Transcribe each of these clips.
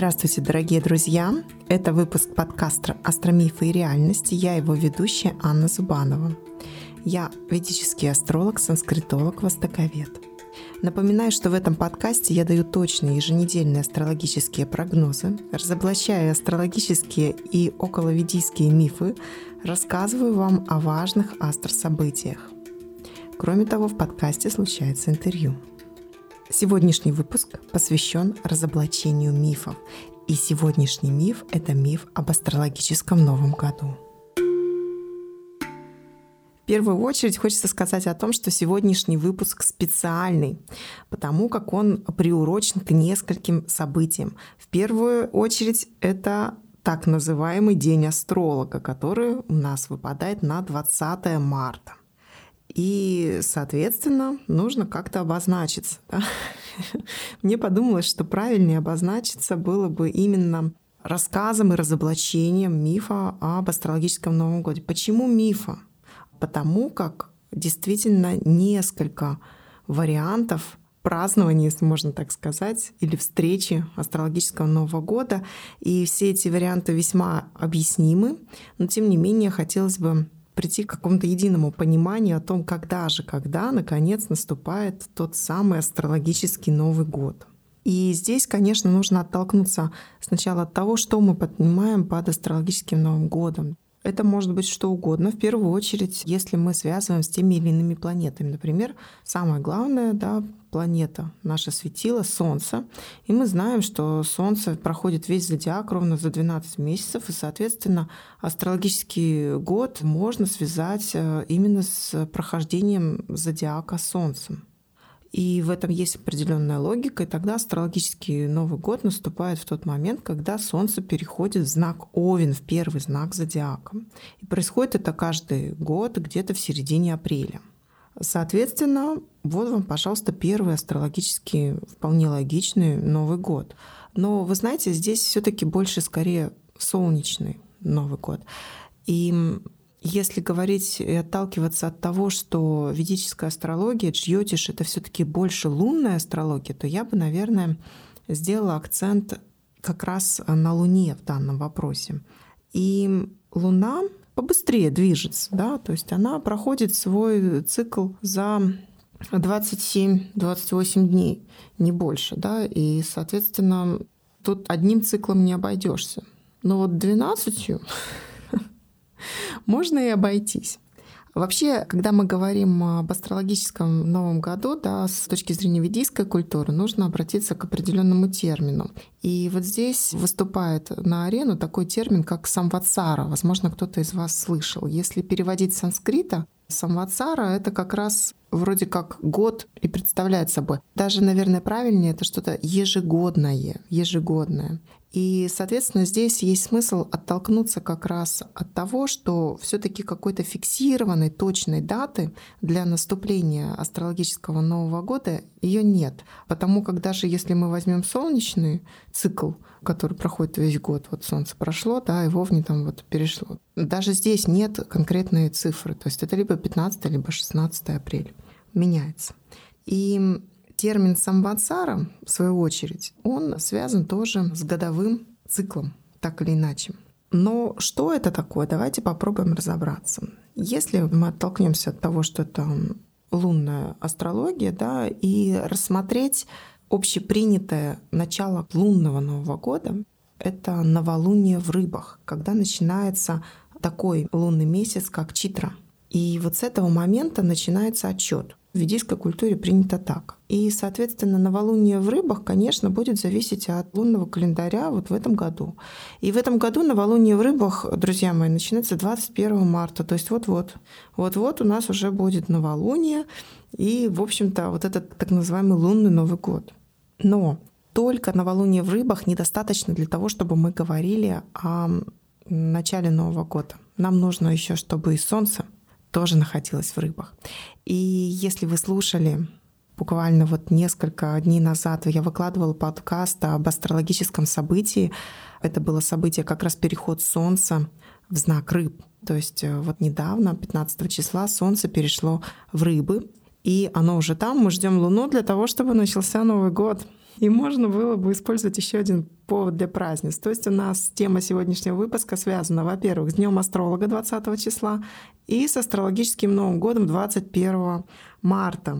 Здравствуйте, дорогие друзья! Это выпуск подкаста «Астромифы и реальности». Я его ведущая Анна Зубанова. Я ведический астролог, санскритолог, востоковед. Напоминаю, что в этом подкасте я даю точные еженедельные астрологические прогнозы, разоблачаю астрологические и околоведийские мифы, рассказываю вам о важных астрособытиях. Кроме того, в подкасте случается интервью. Сегодняшний выпуск посвящен разоблачению мифов. И сегодняшний миф — это миф об астрологическом Новом году. В первую очередь хочется сказать о том, что сегодняшний выпуск специальный, потому как он приурочен к нескольким событиям. В первую очередь это так называемый День астролога, который у нас выпадает на 20 марта. И, соответственно, нужно как-то обозначиться. Да? Мне подумалось, что правильнее обозначиться было бы именно рассказом и разоблачением мифа об астрологическом Новом годе. Почему мифа? Потому как действительно несколько вариантов празднования, если можно так сказать, или встречи астрологического Нового года. И все эти варианты весьма объяснимы, но тем не менее хотелось бы прийти к какому-то единому пониманию о том, когда наконец наступает тот самый астрологический Новый год. И здесь, конечно, нужно оттолкнуться сначала от того, что мы понимаем под астрологическим Новым годом. Это может быть что угодно, в первую очередь, если мы связываем с теми или иными планетами. Например, самая главная планета, наше светило, Солнце. И мы знаем, что Солнце проходит весь зодиак ровно за 12 месяцев, и, соответственно, астрологический год можно связать именно с прохождением зодиака Солнцем. И в этом есть определенная логика, и тогда астрологический Новый год наступает в тот момент, когда Солнце переходит в знак Овен, в первый знак зодиака. И происходит это каждый год где-то в середине апреля. Соответственно, вот вам, пожалуйста, первый астрологический, вполне логичный Новый год. Но вы знаете, здесь все-таки больше скорее солнечный Новый год. И если говорить и отталкиваться от того, что ведическая астрология, Джьотиш — это все-таки больше лунная астрология, то я бы, наверное, сделала акцент как раз на Луне в данном вопросе. И Луна побыстрее движется, да, то есть она проходит свой цикл за 27-28 дней, не больше, да, и, соответственно, тут одним циклом не обойдешься. Но вот 12 можно и обойтись. Вообще, когда мы говорим об астрологическом Новом году, да, с точки зрения ведийской культуры, нужно обратиться к определенному термину. И вот здесь выступает на арену такой термин, как самватсара. Возможно, кто-то из вас слышал. Если переводить с санскрита, самватсара — это как раз вроде как год и представляет собой. Даже, наверное, правильнее — это что-то ежегодное. И, соответственно, здесь есть смысл оттолкнуться как раз от того, что все-таки какой-то фиксированной, точной даты для наступления астрологического Нового года ее нет. Потому как даже если мы возьмем солнечный цикл, который проходит весь год, вот Солнце прошло, да, и в Овне там вот перешло, даже здесь нет конкретной цифры. То есть это либо 15, либо 16 апреля. Меняется. И термин самватсара, в свою очередь, он связан тоже с годовым циклом, так или иначе. Но что это такое? Давайте попробуем разобраться. Если мы оттолкнемся от того, что это лунная астрология, да, и рассмотреть общепринятое начало лунного Нового года, это новолуние в Рыбах, когда начинается такой лунный месяц, как Читра. И вот с этого момента начинается отчет. В ведийской культуре принято так. И, соответственно, новолуние в Рыбах, конечно, будет зависеть от лунного календаря вот в этом году. И в этом году новолуние в Рыбах, друзья мои, начинается 21 марта. То есть вот-вот у нас уже будет новолуние и, в общем-то, вот этот так называемый лунный Новый год. Но только новолуние в Рыбах недостаточно для того, чтобы мы говорили о начале Нового года. Нам нужно еще, чтобы и Солнце тоже находилась в Рыбах. И если вы слушали буквально вот несколько дней назад, я выкладывала подкаст об астрологическом событии. Это было событие как раз переход Солнца в знак Рыб. То есть вот недавно, 15 числа, Солнце перешло в Рыбы, и оно уже там. Мы ждем Луну для того, чтобы начался Новый год. И можно было бы использовать еще один повод для празднеств. То есть у нас тема сегодняшнего выпуска связана, во-первых, с Днем астролога 20 числа и с астрологическим Новым годом 21 марта.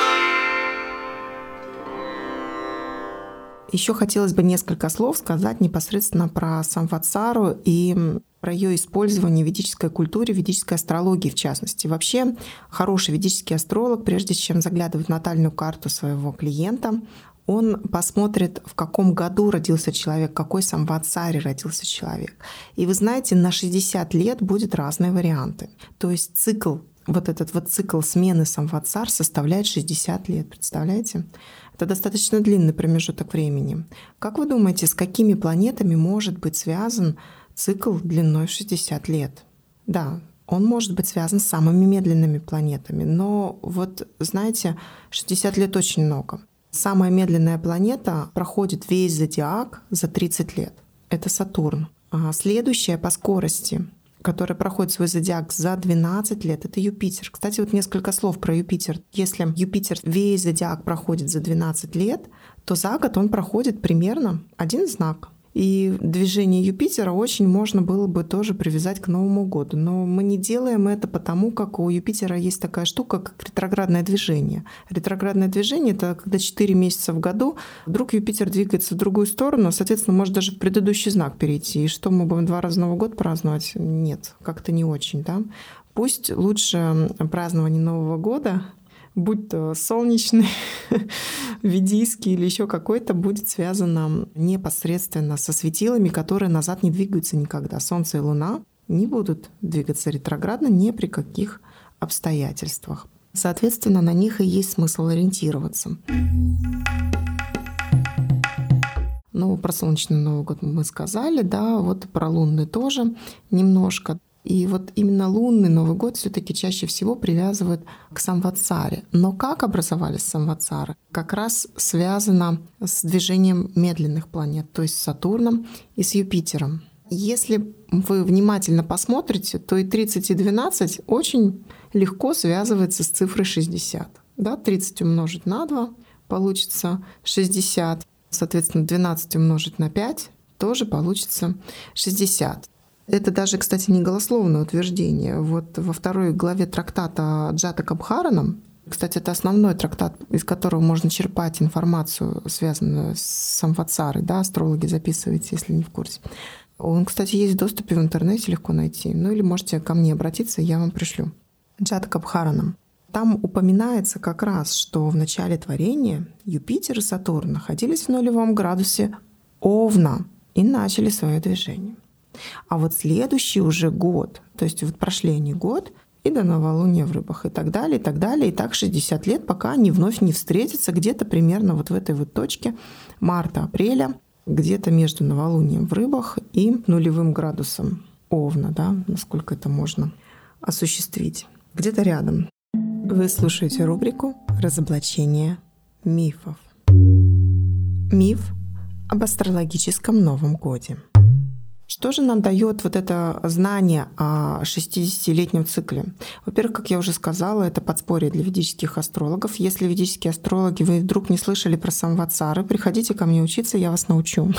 Еще хотелось бы несколько слов сказать непосредственно про Самватсару и про ее использование в ведической культуре, в ведической астрологии в частности. Вообще, хороший ведический астролог, прежде чем заглядывать в натальную карту своего клиента, он посмотрит, в каком году родился человек, в какой самватсаре родился человек. И вы знаете, на 60 лет будут разные варианты. То есть цикл, этот цикл смены самватсар составляет 60 лет, представляете? Это достаточно длинный промежуток времени. Как вы думаете, с какими планетами может быть связан цикл длиной в 60 лет? Да, он может быть связан с самыми медленными планетами, но знаете, 60 лет очень много. Самая медленная планета проходит весь зодиак за 30 лет. Это Сатурн. А следующая по скорости, которая проходит свой зодиак за 12 лет, это Юпитер. Кстати, несколько слов про Юпитер. Если Юпитер весь зодиак проходит за 12 лет, то за год он проходит примерно один знак. И движение Юпитера очень можно было бы тоже привязать к Новому году. Но мы не делаем это потому, как у Юпитера есть такая штука, как ретроградное движение. Ретроградное движение — это когда 4 месяца в году вдруг Юпитер двигается в другую сторону, соответственно, может даже в предыдущий знак перейти. И что, мы будем 2 раза Новый год праздновать? Нет, как-то не очень, да? Пусть лучше празднование Нового года, будь то солнечный, ведийский или еще какой-то, будет связано непосредственно со светилами, которые назад не двигаются никогда. Солнце и Луна не будут двигаться ретроградно ни при каких обстоятельствах. Соответственно, на них и есть смысл ориентироваться. Про солнечный Новый год мы сказали, да, про лунный тоже немножко. И именно лунный Новый год все-таки чаще всего привязывают к самватсаре. Но как образовались самватсары? Как раз связано с движением медленных планет, то есть с Сатурном и с Юпитером. Если вы внимательно посмотрите, то и 30 и 12 очень легко связывается с цифрой 60. Да? 30 умножить на 2 получится 60. Соответственно, 12 умножить на 5 тоже получится 60. Это даже, кстати, не голословное утверждение. Во 2 главе трактата Джатакабхаранам, кстати, это основной трактат, из которого можно черпать информацию, связанную с самватсарой, да, астрологи записывайте, если не в курсе. Он, кстати, есть в доступе в интернете, легко найти. Или можете ко мне обратиться, я вам пришлю. Джатакабхаранам. Там упоминается как раз, что в начале творения Юпитер и Сатурн находились в 0 градусе Овна и начали свое движение. А следующий уже год, то есть прошлый год, и до новолуния в Рыбах, и так далее, и так далее. И так 60 лет, пока они вновь не встретятся где-то примерно в этой точке марта-апреля, где-то между новолунием в Рыбах и 0 градусом Овна, да, насколько это можно осуществить. Где-то рядом. Вы слушаете рубрику «Разоблачение мифов». Миф об астрологическом Новом годе. Что же нам дает это знание о 60-летнем цикле? Во-первых, как я уже сказала, это подспорье для ведических астрологов. Если ведические астрологи, вы вдруг не слышали про самватсары, приходите ко мне учиться, я вас научу.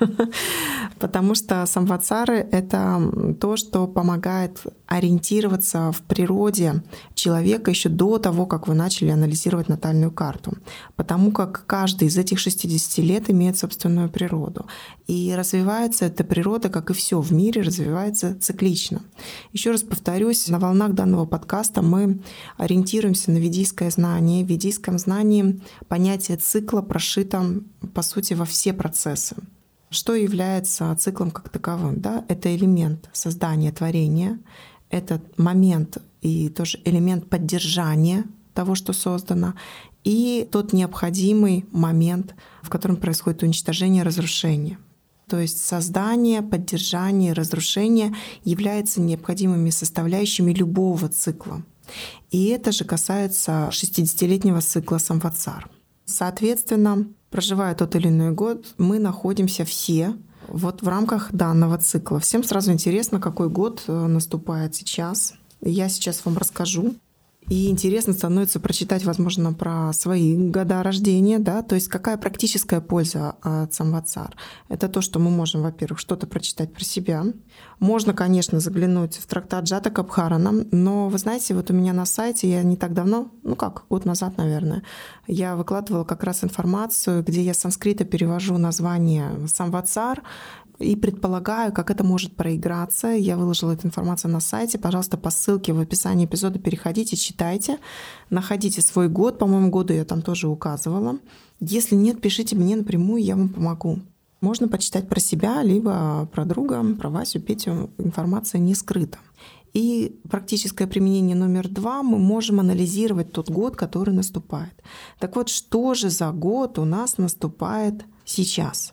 Потому что самватсары — это то, что помогает ориентироваться в природе человека еще до того, как вы начали анализировать натальную карту. Потому как каждый из этих 60 лет имеет собственную природу. И развивается эта природа, как и все в мире, развивается циклично. Еще раз повторюсь, на волнах данного подкаста мы ориентируемся на ведийское знание. В ведийском знании понятие цикла прошито, по сути, во все процессы. Что является циклом как таковым? Да? Это элемент создания творения, это момент и тоже элемент поддержания того, что создано, и тот необходимый момент, в котором происходит уничтожение, разрушение. То есть создание, поддержание, разрушение являются необходимыми составляющими любого цикла. И это же касается 60-летнего цикла самватсар. Соответственно, проживая тот или иной год, мы находимся все в рамках данного цикла. Всем сразу интересно, какой год наступает сейчас. Я сейчас вам расскажу. И интересно становится прочитать, возможно, про свои года рождения, да, то есть какая практическая польза от Самватсар. Это то, что мы можем, во-первых, что-то прочитать про себя. Можно, конечно, заглянуть в трактат Джатака Бхарана, но вы знаете, вот у меня на сайте, я не так давно, год назад, наверное, я выкладывала как раз информацию, где я с санскрита перевожу название Самватсар, и предполагаю, как это может проиграться. Я выложила эту информацию на сайте. Пожалуйста, по ссылке в описании эпизода переходите, читайте, находите свой год. По-моему, годы я там тоже указывала. Если нет, пишите мне напрямую, я вам помогу. Можно почитать про себя, либо про друга, про Васю, Петю. Информация не скрыта. И практическое применение номер 2, мы можем анализировать тот год, который наступает. Так вот, что же за год у нас наступает сейчас?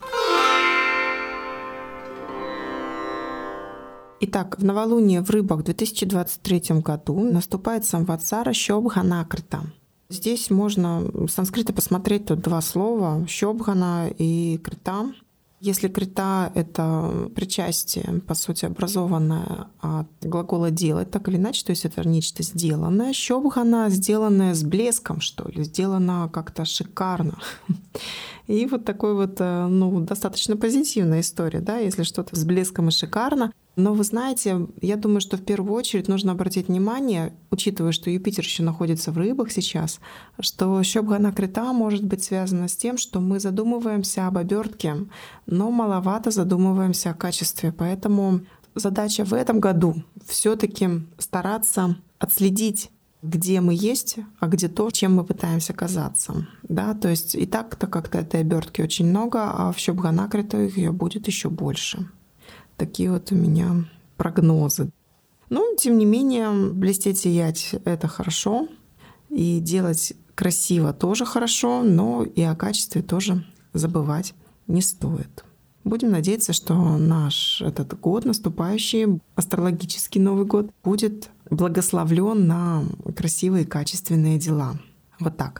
Итак, в новолуние в Рыбах в 2023 году наступает Самватсара Щобханакрита. Здесь можно с санскрита посмотреть, тут 2 слова — Щобхана и Крита. Если крита — это причастие, по сути, образованное от глагола «делать», так или иначе, то есть это нечто сделанное. Щобхана — сделанное с блеском, что ли, сделано как-то шикарно. И вот такой вот, достаточно позитивная история, да, если что-то с блеском и шикарно. Но вы знаете, я думаю, что в первую очередь нужно обратить внимание, учитывая, что Юпитер еще находится в Рыбах сейчас, что Щобханакрита может быть связана с тем, что мы задумываемся об обертке, но маловато задумываемся о качестве. Поэтому задача в этом году все-таки стараться отследить, где мы есть, а где то, чем мы пытаемся казаться. Да? То есть и так-то как-то этой обертки очень много, а в Щобханакрита ее будет еще больше. Такие вот у меня прогнозы. Но, тем не менее, блестеть, сиять — это хорошо. И делать красиво тоже хорошо, но и о качестве тоже забывать не стоит. Будем надеяться, что наш этот год, наступающий, астрологический Новый год, будет благословлен на красивые и качественные дела. Вот так.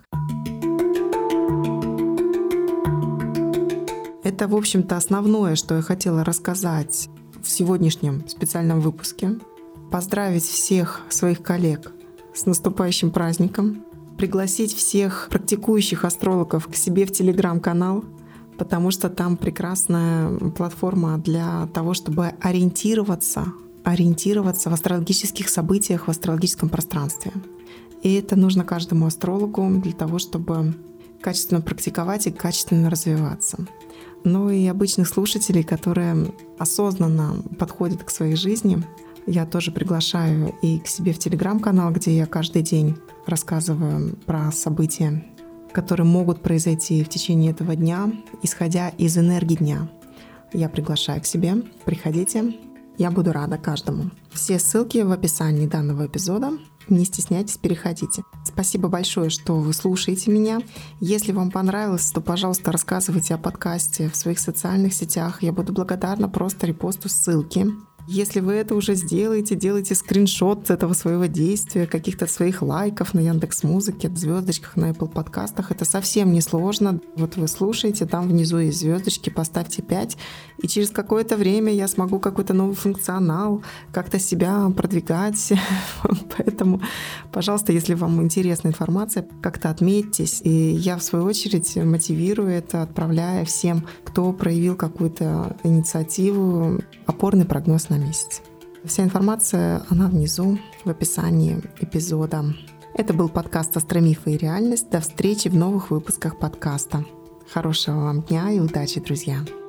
Это, в общем-то, основное, что я хотела рассказать в сегодняшнем специальном выпуске. Поздравить всех своих коллег с наступающим праздником. Пригласить всех практикующих астрологов к себе в Телеграм-канал, потому что там прекрасная платформа для того, чтобы ориентироваться в астрологических событиях в астрологическом пространстве. И это нужно каждому астрологу для того, чтобы качественно практиковать и качественно развиваться. Но и обычных слушателей, которые осознанно подходят к своей жизни, я тоже приглашаю и к себе в Телеграм-канал, где я каждый день рассказываю про события, которые могут произойти в течение этого дня, исходя из энергии дня. Я приглашаю к себе, приходите, я буду рада каждому. Все ссылки в описании данного эпизода. Не стесняйтесь, переходите. Спасибо большое, что вы слушаете меня. Если вам понравилось, то, пожалуйста, рассказывайте о подкасте в своих социальных сетях. Я буду благодарна просто репосту ссылки. Если вы это уже сделаете, делайте скриншот этого своего действия, каких-то своих лайков на Яндекс.Музыке, звездочках на Apple подкастах. Это совсем не сложно. Вот вы слушаете, там внизу есть звездочки, поставьте 5, и через какое-то время я смогу какой-то новый функционал, как-то себя продвигать. Поэтому, пожалуйста, если вам интересна информация, как-то отметьтесь. И я, в свою очередь, мотивирую это, отправляя всем, кто проявил какую-то инициативу, опорный прогноз на месяц. Вся информация, она внизу, в описании эпизода. Это был подкаст «Астромифы и реальность». До встречи в новых выпусках подкаста. Хорошего вам дня и удачи, друзья!